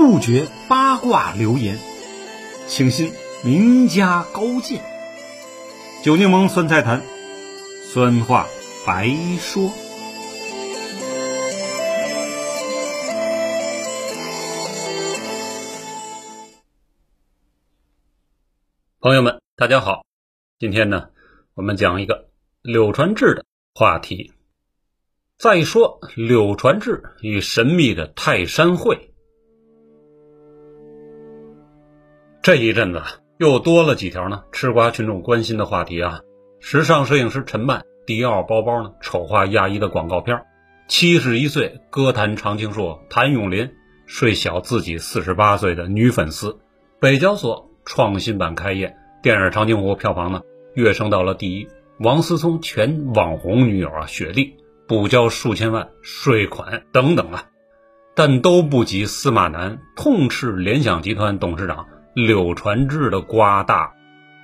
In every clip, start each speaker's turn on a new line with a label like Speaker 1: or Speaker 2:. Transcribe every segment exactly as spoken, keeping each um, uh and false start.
Speaker 1: 杜绝八卦流言，请信名家高见。酒柠檬酸菜坛，酸话白说。朋友们大家好，今天呢我们讲一个柳传志的话题。再说柳传志与神秘的泰山会。这一阵子又多了几条呢吃瓜群众关心的话题啊。时尚摄影师陈曼迪奥包包呢丑化亚裔的广告片，七十一岁歌坛常青树谭咏麟睡小自己四十八岁的女粉丝，北交所创新版开业，电影长津湖票房呢跃升到了第一，王思聪前网红女友啊雪莉补交数千万税款等等啊，但都不及司马南痛斥联想集团董事长柳传志的瓜大。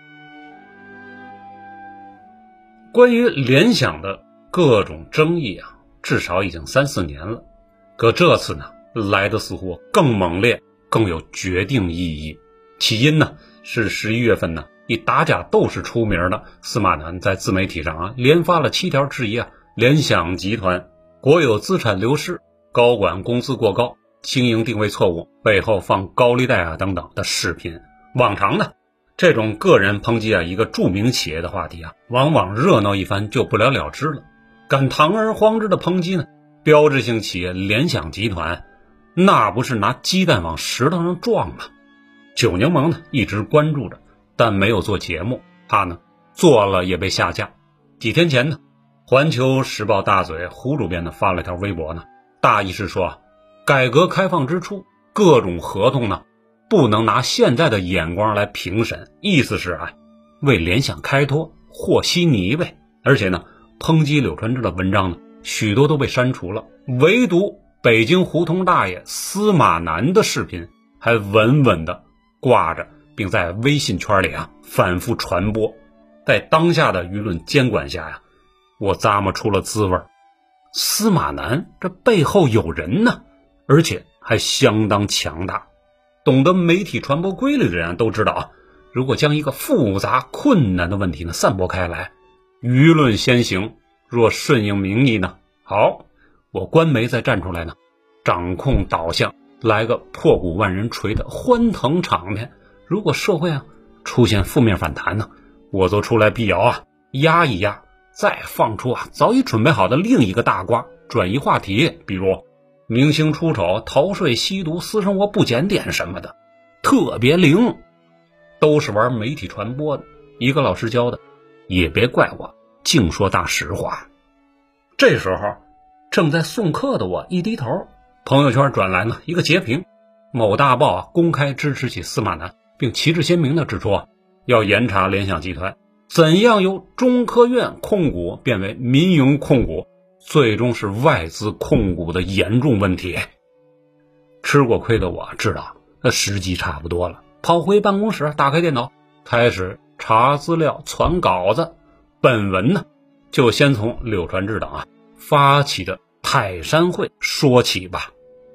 Speaker 1: 关于联想的各种争议啊，至少已经三四年了，可这次呢来的似乎更猛烈，更有决定意义。起因呢是十一月份呢以打假斗士出名的司马南在自媒体上啊连发了七条质疑啊联想集团国有资产流失、高管工资过高、经营定位错误、背后放高利贷啊等等的视频。往常呢这种个人抨击啊一个著名企业的话题啊往往热闹一番就不了了之了，敢堂而皇之的抨击呢标志性企业联想集团，那不是拿鸡蛋往石头上撞吗？酒柠檬呢一直关注着，但没有做节目，他呢做了也被下架。几天前呢环球时报大嘴胡主编呢发了条微博呢，大意是说改革开放之初各种合同呢不能拿现在的眼光来评审，意思是啊为联想开脱和稀泥呗。而且呢抨击柳传志的文章呢许多都被删除了，唯独北京胡同大爷司马南的视频还稳稳的挂着，并在微信圈里啊反复传播。在当下的舆论监管下呀，我咂摸出了滋味。司马南这背后有人呢，而且还相当强大。懂得媒体传播规律的人都知道啊，如果将一个复杂困难的问题呢散播开来，舆论先行，若顺应民意呢，好，我官媒再站出来呢掌控导向，来个破鼓万人锤的欢腾场面。如果社会啊出现负面反弹呢，我就出来辟谣啊，压一压，再放出啊早已准备好的另一个大瓜，转移话题，比如明星出丑、逃税、吸毒、私生活不检点什么的，特别灵。都是玩媒体传播的，一个老师教的，也别怪我净说大实话。这时候正在送课的我一低头，朋友圈转来呢一个截屏，某大报啊公开支持起司马南，并旗帜鲜明地指出啊要严查联想集团怎样由中科院控股变为民营控股，最终是外资控股的严重问题。吃过亏的我知道那时机差不多了，跑回办公室，打开电脑，开始查资料传稿子。本文呢就先从柳传志等啊发起的泰山会说起吧。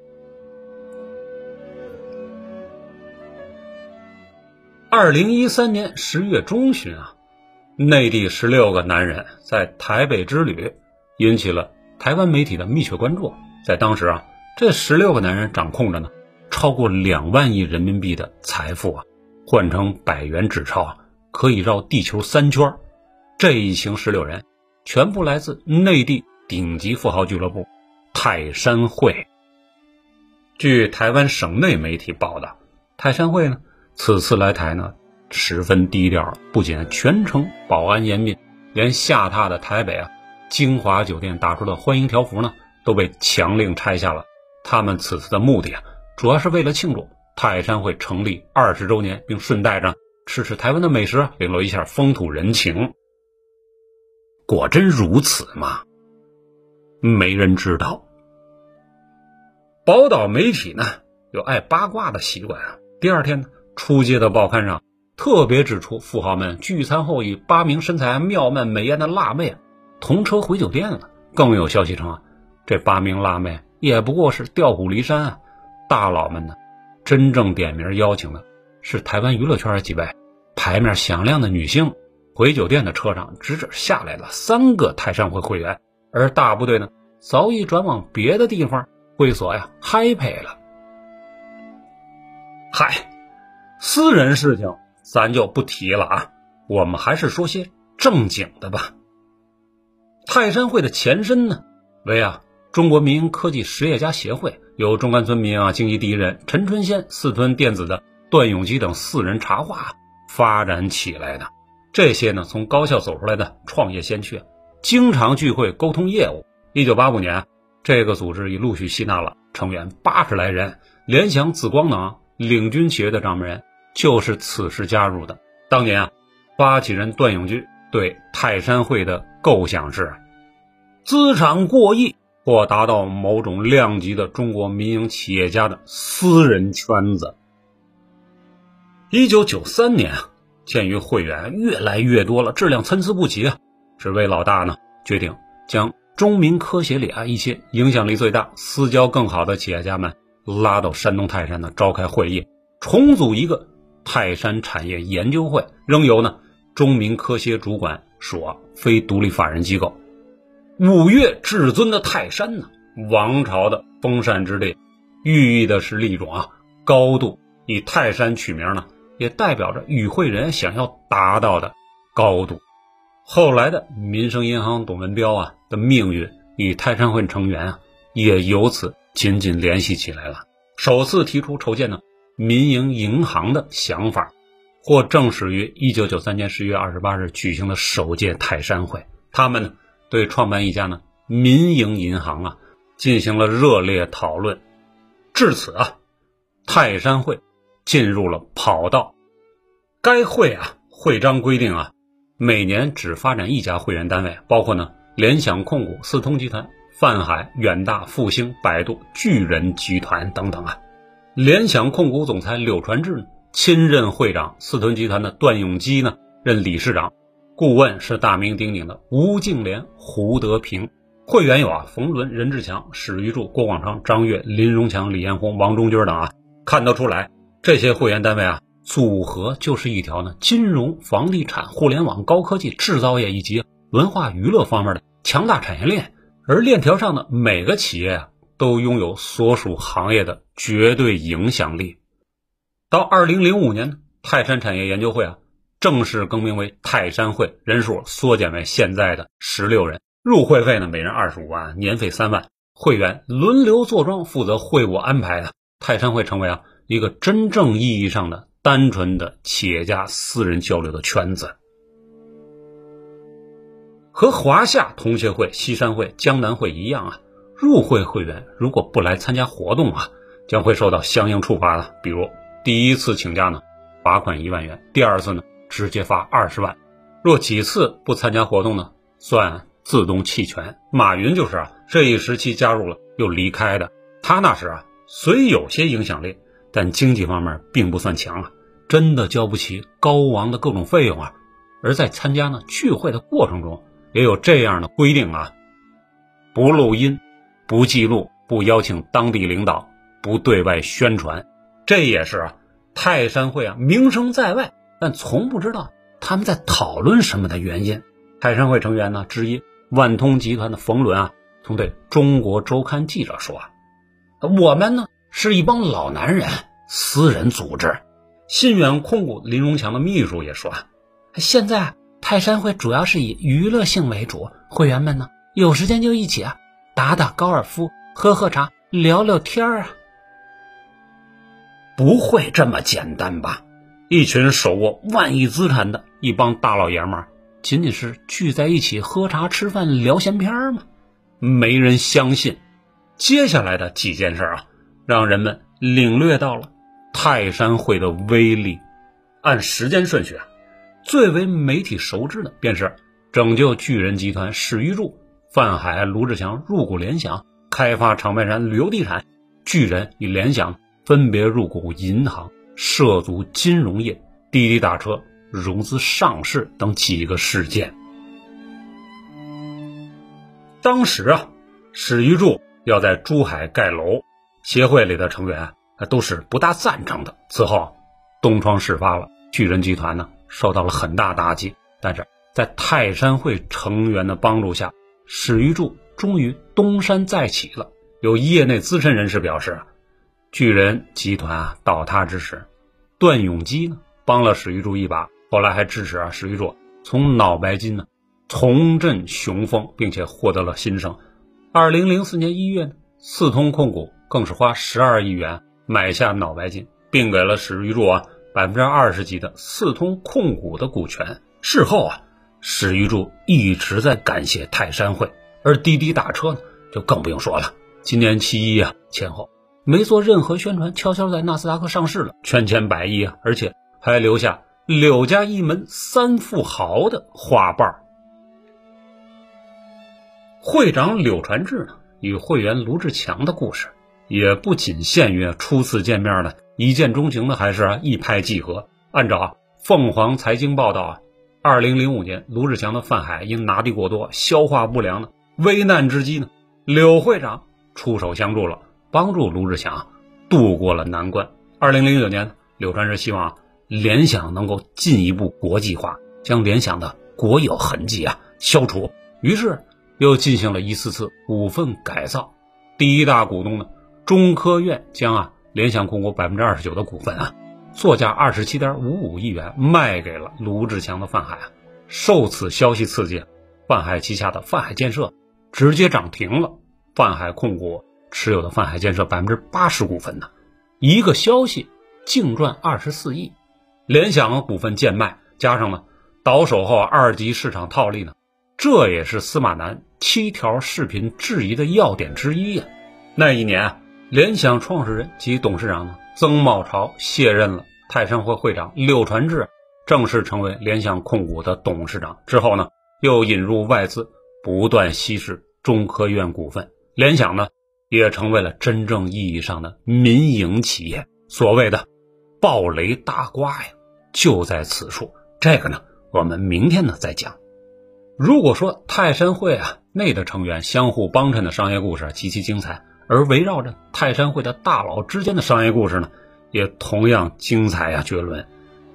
Speaker 1: 二零一三年十月中旬啊，内地十六个男人在台北之旅引起了台湾媒体的密切关注。在当时啊，这十六个男人掌控着呢超过两万亿人民币的财富啊，换成百元纸钞啊，可以绕地球三圈。这一行十六人全部来自内地顶级富豪俱乐部泰山会。据台湾省内媒体报道，泰山会呢此次来台呢十分低调，不仅全程保安严密，连下榻的台北啊金华酒店打出的欢迎条幅呢都被强令拆下了。他们此次的目的啊主要是为了庆祝泰山会成立二十周年，并顺带着吃吃台湾的美食，领略一下风土人情。果真如此吗？没人知道。宝岛媒体呢有爱八卦的习惯啊，第二天呢出街的报刊上特别指出富豪们聚餐后与八名身材妙曼美艳的辣妹啊同车回酒店了。更有消息称啊，这八名辣妹也不过是调虎离山啊，大佬们呢真正点名邀请的是台湾娱乐圈的几位牌面响亮的女星。回酒店的车上直直下来了三个泰山会会员，而大部队呢早已转往别的地方会所呀嗨配了。嗨，私人事情咱就不提了啊，我们还是说些正经的吧。泰山会的前身呢为啊中国民营科技实业家协会，由中关村民营啊经济第一人陈春先、四屯电子的段永基等四人插画发展起来的。这些呢从高校走出来的创业先驱经常聚会沟通业务。一九八五年，这个组织已陆续吸纳了成员八十来人，联想、紫光能领军企业的掌门人就是此时加入的。当年啊，发起人段永基对泰山会的构想是资产过亿或达到某种量级的中国民营企业家的私人圈子。一九九三年啊，鉴于会员越来越多了，质量参差不齐啊，这位老大呢决定将中民科协里啊一些影响力最大、私交更好的企业家们拉到山东泰山呢召开会议，重组一个泰山产业研究会，仍由呢中民科协主管属非独立法人机构。五岳至尊的泰山呢，王朝的封禅之地，寓意的是一种啊高度，以泰山取名呢也代表着与会人想要达到的高度。后来的民生银行董文标啊的命运与泰山会成员啊也由此紧紧联系起来了。首次提出筹建呢民营银行的想法，或正始于一九九三年十月二十八日举行的首届泰山会。他们呢对创办一家呢民营银行啊进行了热烈讨论。至此啊，泰山会进入了跑道。该会啊会章规定啊，每年只发展一家会员单位，包括呢联想控股、四通集团、泛海、远大、复兴、百度、巨人集团等等啊。联想控股总裁柳传志亲任会长，四屯集团的段永基呢任理事长，顾问是大名鼎鼎的吴敬琏、胡德平。会员有啊冯仑、任志强、史玉柱、郭广昌、张悦、林荣强、李彦宏、王中军等啊。看得出来，这些会员单位啊组合就是一条呢金融、房地产、互联网、高科技、制造业以及文化娱乐方面的强大产业链，而链条上的每个企业啊都拥有所属行业的绝对影响力。到二零零五年，泰山产业研究会啊正式更名为泰山会，人数缩减为现在的十六人，入会费呢每人二十五万，年费三万，会员轮流坐庄负责会务安排的。泰山会成为啊一个真正意义上的单纯的企业家私人交流的圈子。和华夏同协会、西山会、江南会一样啊，入会会员如果不来参加活动啊，将会受到相应处罚的。比如第一次请假呢，罚款一万元；第二次呢，直接罚二十万。若几次不参加活动呢，算自动弃权。马云就是啊，这一时期加入了又离开的。他那时啊，虽有些影响力，但经济方面并不算强啊，真的交不起高昂的各种费用啊。而在参加呢聚会的过程中，也有这样的规定啊：不录音、不记录、不邀请当地领导、不对外宣传。这也是啊，泰山会啊名声在外，但从不知道他们在讨论什么的原因。泰山会成员呢之一万通集团的冯仑啊，曾对中国周刊记者说啊，我们呢是一帮老男人，私人组织。信远控股林荣强的秘书也说啊，现在泰山会主要是以娱乐性为主，会员们呢有时间就一起啊打打高尔夫、喝喝茶、聊聊天啊。不会这么简单吧？一群手握万亿资产的一帮大老爷们儿，仅仅是聚在一起喝茶吃饭聊闲篇吗？没人相信。接下来的几件事啊，让人们领略到了泰山会的威力。按时间顺序啊，最为媒体熟知的便是拯救巨人集团史玉柱、泛海、卢志强入股联想，开发长白山旅游地产，巨人与联想分别入股银行，涉足金融业，滴滴打车融资上市等几个事件。当时啊，史玉柱要在珠海盖楼，协会里的成员都是不大赞成的。此后东窗事发了，巨人集团呢受到了很大打击，但是在泰山会成员的帮助下，史玉柱终于东山再起了。有业内资深人士表示，巨人集团啊倒塌之时，段永基呢帮了史玉柱一把，后来还支持啊史玉柱从脑白金呢重振雄风，并且获得了新生。二零零四年一月呢，四通控股更是花十二亿元买下脑白金，并给了史玉柱啊百分之二十几的四通控股的股权。事后啊，史玉柱一直在感谢泰山会，而滴滴打车呢就更不用说了。今年七一啊前后没做任何宣传，悄悄在纳斯达克上市了，圈钱百亿啊，而且还留下柳家一门三富豪的花瓣。会长柳传志呢与会员卢志强的故事也不仅限于初次见面的一见钟情的，还是一拍即合。按照啊凤凰财经报道啊，二零零五年卢志强的泛海因拿地过多，消化不良呢，危难之际呢，柳会长出手相助了，帮助卢志强度过了难关。二零零九年，柳传志希望联想能够进一步国际化，将联想的国有痕迹啊消除，于是又进行了一次次股份改造。第一大股东呢，中科院将啊联想控股 百分之二十九 的股份啊作价 二十七点五五亿元卖给了卢志强的泛海啊。受此消息刺激，泛海旗下的泛海建设直接涨停了，泛海控股持有的泛海建设 百分之八十 股份呢，一个消息净赚二十四亿。联想股份贱卖，加上呢倒手后二级市场套利呢，这也是司马南七条视频质疑的要点之一呀、啊。那一年啊，联想创始人及董事长呢曾茂潮卸任了，泰山会会长柳传志正式成为联想控股的董事长。之后呢，又引入外资，不断稀释中科院股份，联想呢也成为了真正意义上的民营企业。所谓的暴雷大瓜呀，就在此处。这个呢，我们明天呢再讲。如果说泰山会啊内的成员相互帮衬的商业故事极其精彩，而围绕着泰山会的大佬之间的商业故事呢，也同样精彩啊绝伦。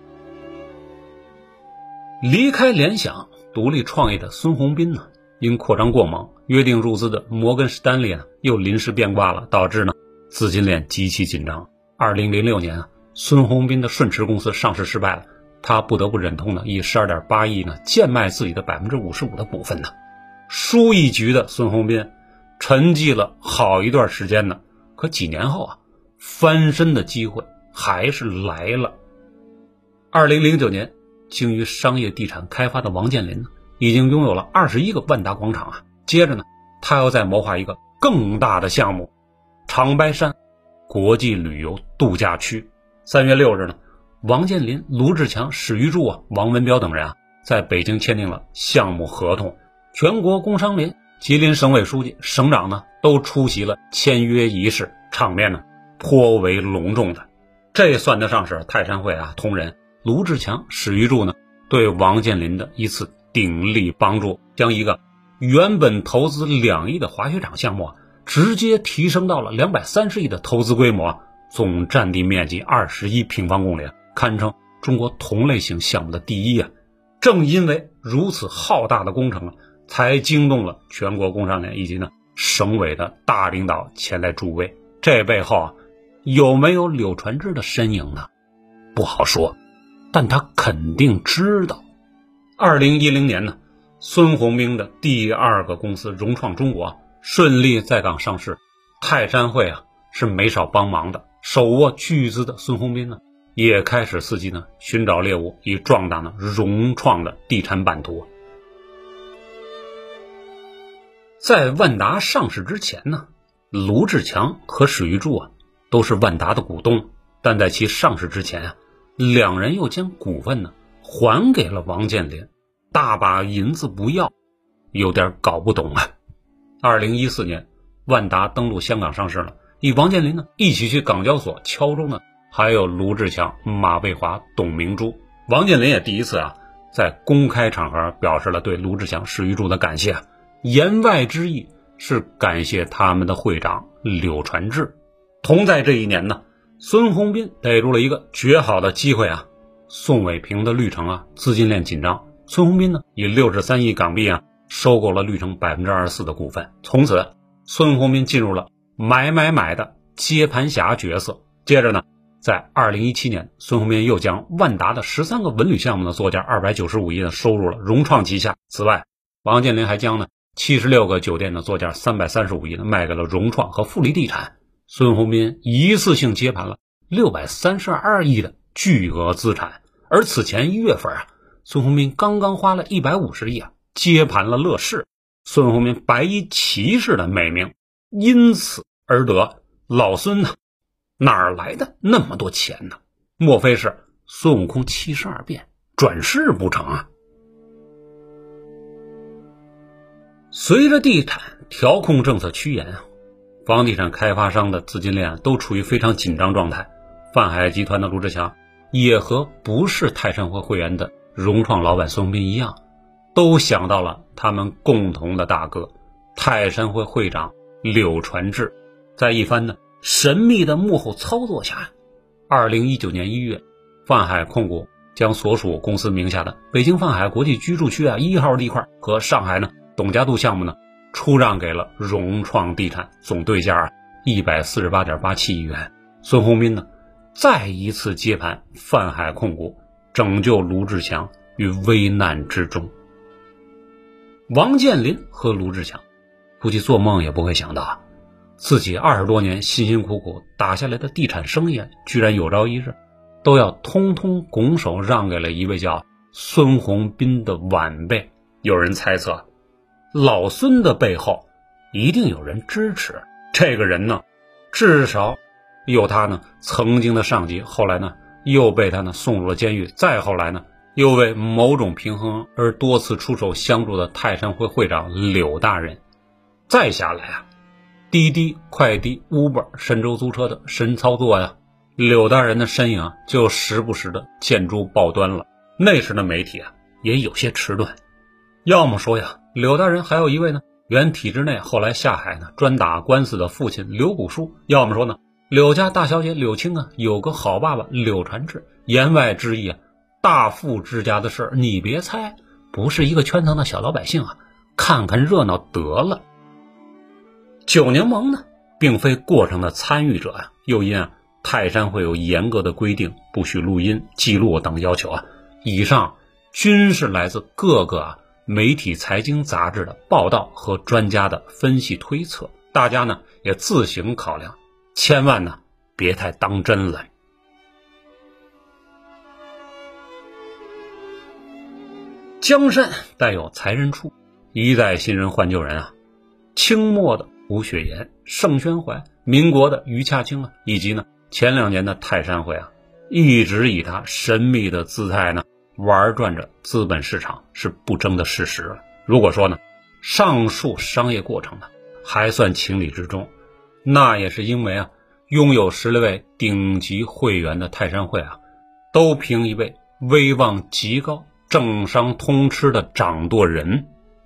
Speaker 1: 离开联想独立创业的孙宏斌呢，因扩张过猛，约定入资的摩根士丹利呢又临时变卦了，导致呢资金链极其紧张。二零零六年啊，孙宏斌的顺驰公司上市失败了，他不得不忍痛呢以 十二点八亿呢贱卖自己的 百分之五十五 的股份呢。输一局的孙宏斌沉寂了好一段时间呢，可几年后啊，翻身的机会还是来了。二零零九年，精于商业地产开发的王健林呢，已经拥有了二十一个万达广场啊。接着呢，他要再谋划一个更大的项目——长白山国际旅游度假区。三月六日呢，王健林、卢志强、史玉柱啊、王文彪等人啊，在北京签订了项目合同。全国工商联、吉林省委书记、省长呢，都出席了签约仪式，场面呢颇为隆重的。这算得上是泰山会啊同仁卢志强、史玉柱呢对王健林的一次鼎力帮助，将一个原本投资两亿的滑雪场项目啊，直接提升到了两百三十亿的投资规模，总占地面积二十一平方公里，堪称中国同类型项目的第一啊。正因为如此浩大的工程啊，才惊动了全国工商联以及呢省委的大领导前来助威。这背后啊，有没有柳传志的身影呢？不好说，但他肯定知道。二零一零年呢，孙宏斌的第二个公司融创中国啊，顺利在港上市，泰山会啊是没少帮忙的。手握巨资的孙宏斌呢，也开始伺机呢寻找猎物，以壮大呢融创的地产版图。在万达上市之前呢，卢志强和史玉柱啊都是万达的股东，但在其上市之前啊，两人又将股份呢还给了王健林，大把银子不要，有点搞不懂啊。二零一四年，万达登陆香港上市了，与王健林呢一起去港交所敲钟呢，还有卢志强、马蔚华、董明珠。王健林也第一次啊在公开场合表示了对卢志强、史玉柱的感谢啊，言外之意是感谢他们的会长柳传志。同在这一年呢， 孙宏斌逮住了一个绝好的机会啊！宋伟平的绿城啊资金链紧张，孙宏斌呢以六十三亿港币啊收购了绿城百分之二十四的股份，从此孙宏斌进入了买买买的接盘侠角色。接着呢，在二零一七年，孙宏斌又将万达的十三个文旅项目的作价二百九十五亿呢收入了融创旗下。此外，王健林还将呢七十六个酒店的作价三百三十五亿呢卖给了融创和富力地产。孙宏斌一次性接盘了六百三十二亿的巨额资产，而此前一月份啊，孙宏斌刚刚花了一百五十亿啊接盘了乐视，孙宏斌白衣骑士的美名因此而得。老孙呢，哪儿来的那么多钱呢？莫非是孙悟空七十二变转世不成啊？随着地产调控政策趋严啊，房地产开发商的资金链都处于非常紧张状态。泛海集团的卢志强也和不是泰山会会员的融创老板孙宏斌一样，都想到了他们共同的大哥泰山会会长柳传志。在一番呢神秘的幕后操作下，二零一九年一月，泛海控股将所属公司名下的北京泛海国际居住区啊一号地块和上海呢董家渡项目呢出让给了融创地产，总对价啊一百四十八点八七亿元。孙宏斌呢再一次接盘泛海控股，拯救卢志强于危难之中。王健林和卢志强估计做梦也不会想到啊，自己二十多年辛辛苦苦打下来的地产生意，居然有朝一日都要通通拱手让给了一位叫孙宏斌的晚辈。有人猜测，老孙的背后一定有人支持，这个人呢，至少有他呢曾经的上级，后来呢又被他呢送入了监狱，再后来呢又为某种平衡而多次出手相助的泰山会会长柳大人。再下来啊，滴滴、快滴、Uber、神州租车的神操作呀，柳大人的身影啊就时不时的见诸报端了。那时的媒体啊也有些迟钝，要么说呀，柳大人还有一位呢原体制内后来下海呢专打官司的父亲刘古书，要么说呢柳家大小姐柳青啊有个好爸爸柳传志。言外之意啊，大富之家的事儿你别猜，不是一个圈层的小老百姓啊看看热闹得了。九柠檬呢并非过程的参与者啊，又因啊泰山会有严格的规定，不许录音记录等要求啊，以上均是来自各个啊媒体财经杂志的报道和专家的分析推测，大家呢也自行考量，千万呢别太当真了。江山带有才人出，一代新人换旧人啊。清末的吴雪岩、盛宣怀，民国的余洽清啊，以及呢前两年的泰山会啊，一直以他神秘的姿态呢玩转着资本市场，是不争的事实了。如果说呢上述商业过程呢还算情理之中，那也是因为啊拥有十来位顶级会员的泰山会啊，都凭一位威望极高、政商通吃的掌舵人。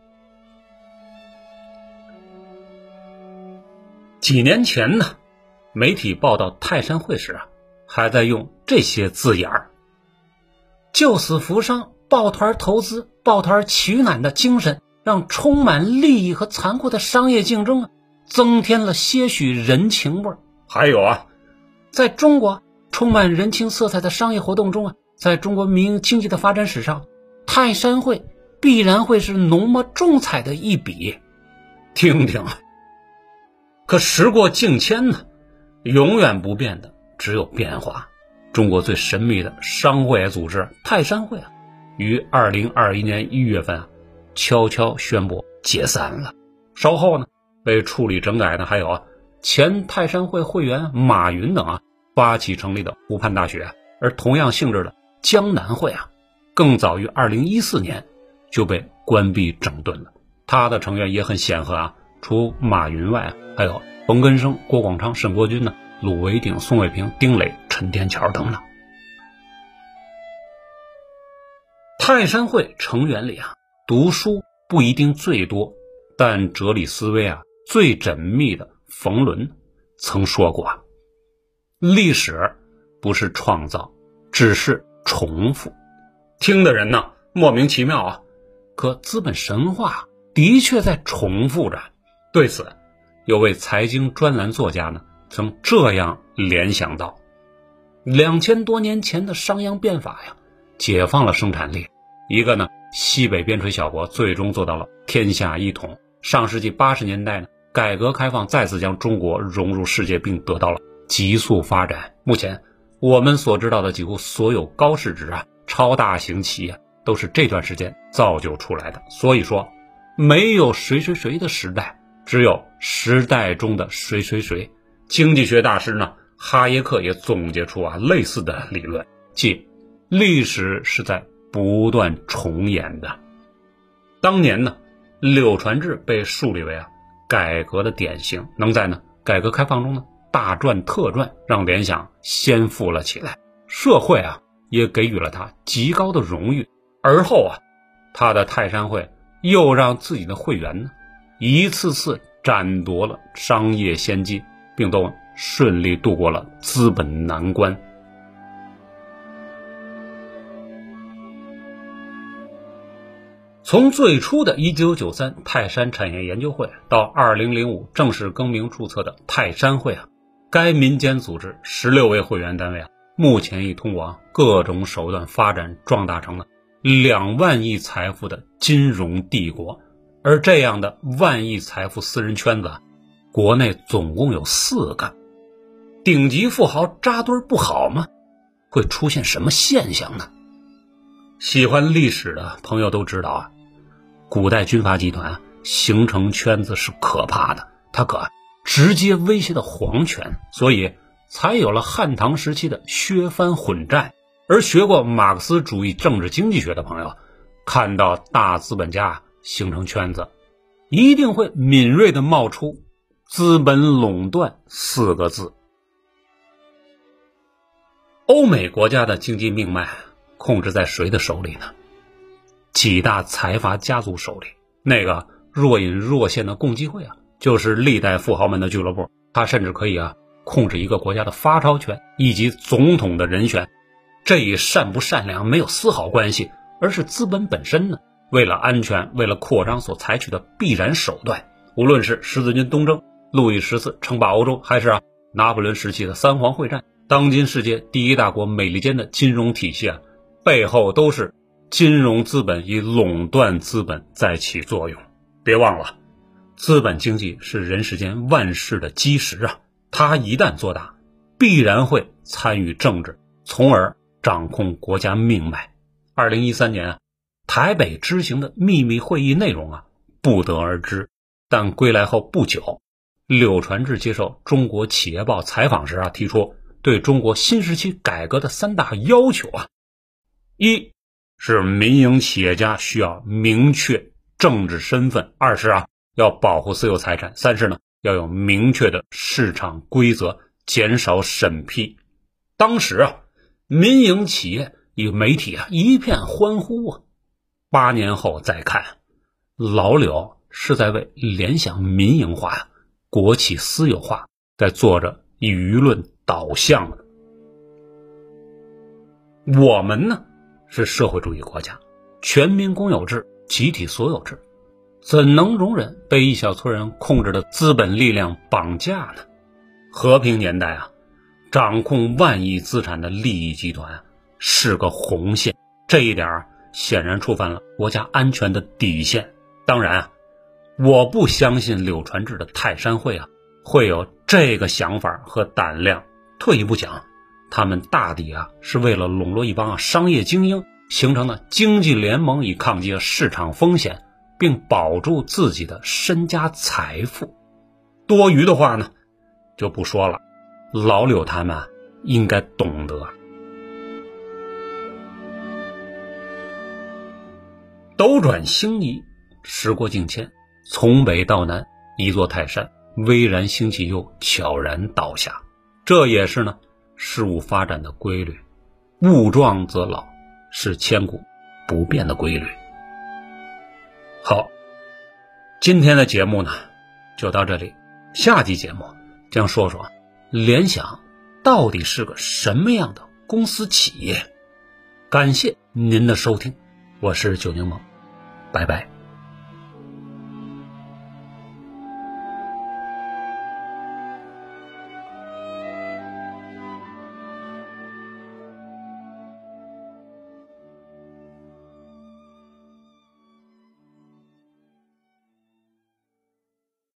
Speaker 1: 几年前呢，媒体报道泰山会时啊，还在用这些字眼儿：救死扶伤、抱团投资、抱团取暖的精神，让充满利益和残酷的商业竞争啊，增添了些许人情味儿。还有啊，在中国充满人情色彩的商业活动中啊，在中国民营经济的发展史上，泰山会必然会是浓墨重彩的一笔。听听啊，可时过境迁呢，永远不变的只有变化。中国最神秘的商会组织泰山会啊，于二零二一年一月份啊，悄悄宣布解散了。稍后呢，被处理整改的还有啊，前泰山会会员马云等啊发起成立的湖畔大学，而同样性质的江南会啊，更早于二零一四年就被关闭整顿了。他的成员也很显赫啊，除马云外啊，还有冯根生、郭广昌、沈国军呢、鲁维鼎、宋卫平、丁磊、陈天桥等等。泰山会成员里啊，读书不一定最多，但哲理思维啊最缜密的冯仑曾说过啊， 历史不是创造，只是重复。听的人呢莫名其妙啊，可资本神话的确在重复着。对此，有位财经专栏作家呢曾这样联想到，两千多年前的商鞅变法呀，解放了生产力。一个呢西北边陲小国最终做到了天下一统。上世纪八十年代呢，改革开放再次将中国融入世界，并得到了急速发展。目前我们所知道的几乎所有高市值啊、超大型企业都是这段时间造就出来的。所以说，没有谁谁谁的时代，只有时代中的谁谁谁。经济学大师呢哈耶克也总结出啊类似的理论，即历史是在不断重演的。当年呢，柳传志被树立为啊改革的典型，能在呢改革开放中呢大赚特赚，让联想先富了起来。社会啊也给予了他极高的荣誉。而后啊，他的泰山会又让自己的会员呢一次次斩夺了商业先机，并都顺利度过了资本难关。从最初的一九九三泰山产业研究会到二零零五正式更名注册的泰山会啊，该民间组织十六位会员单位啊，目前已通过啊各种手段发展壮大成了两万亿财富的金融帝国。而这样的万亿财富私人圈子啊，国内总共有四个。顶级富豪扎堆不好吗？会出现什么现象呢？喜欢历史的朋友都知道啊，古代军阀集团啊形成圈子是可怕的，它可直接威胁到皇权，所以才有了汉唐时期的削藩混战。而学过马克思主义政治经济学的朋友，看到大资本家形成圈子，一定会敏锐地冒出资本垄断四个字。欧美国家的经济命脉控制在谁的手里呢？几大财阀家族手里。那个若隐若现的共济会啊，就是历代富豪们的俱乐部。他甚至可以啊控制一个国家的发钞权以及总统的人选。这与善不善良没有丝毫关系，而是资本本身呢为了安全、为了扩张所采取的必然手段。无论是十字军东征、路易十四称霸欧洲，还是啊拿破仑时期的三皇会战，当今世界第一大国美利坚的金融体系啊，背后都是金融资本以垄断资本在起作用。别忘了，资本经济是人世间万事的基石啊，它一旦做大，必然会参与政治，从而掌控国家命脉。二零一三年啊，台北之行的秘密会议内容啊，不得而知。但归来后不久，柳传志接受中国企业报采访时啊，提出对中国新时期改革的三大要求啊。一是民营企业家需要明确政治身份，二是啊要保护私有财产，三是呢要有明确的市场规则，减少审批。当时啊，民营企业与媒体啊一片欢呼啊。八年后再看，老柳是在为联想民营化呀、国企私有化在做着舆论导向的。我们呢是社会主义国家，全民公有制、集体所有制，怎能容忍被一小撮人控制的资本力量绑架呢？和平年代啊，掌控万亿资产的利益集团啊是个红线，这一点啊显然触犯了国家安全的底线。当然啊，我不相信柳传志的泰山会啊会有这个想法和胆量。退一步讲，他们大抵啊是为了笼络一帮啊商业精英，形成了经济联盟，以抗击市场风险，并保住自己的身家财富。多余的话呢就不说了，老柳他们啊应该懂得。斗转星移，时过境迁，从北到南，一座泰山巍然兴起又悄然倒下。这也是呢事物发展的规律，物壮则老，是千古不变的规律。好，今天的节目呢就到这里，下期节目将说说联想到底是个什么样的公司企业？感谢您的收听，我是九柠檬，拜拜。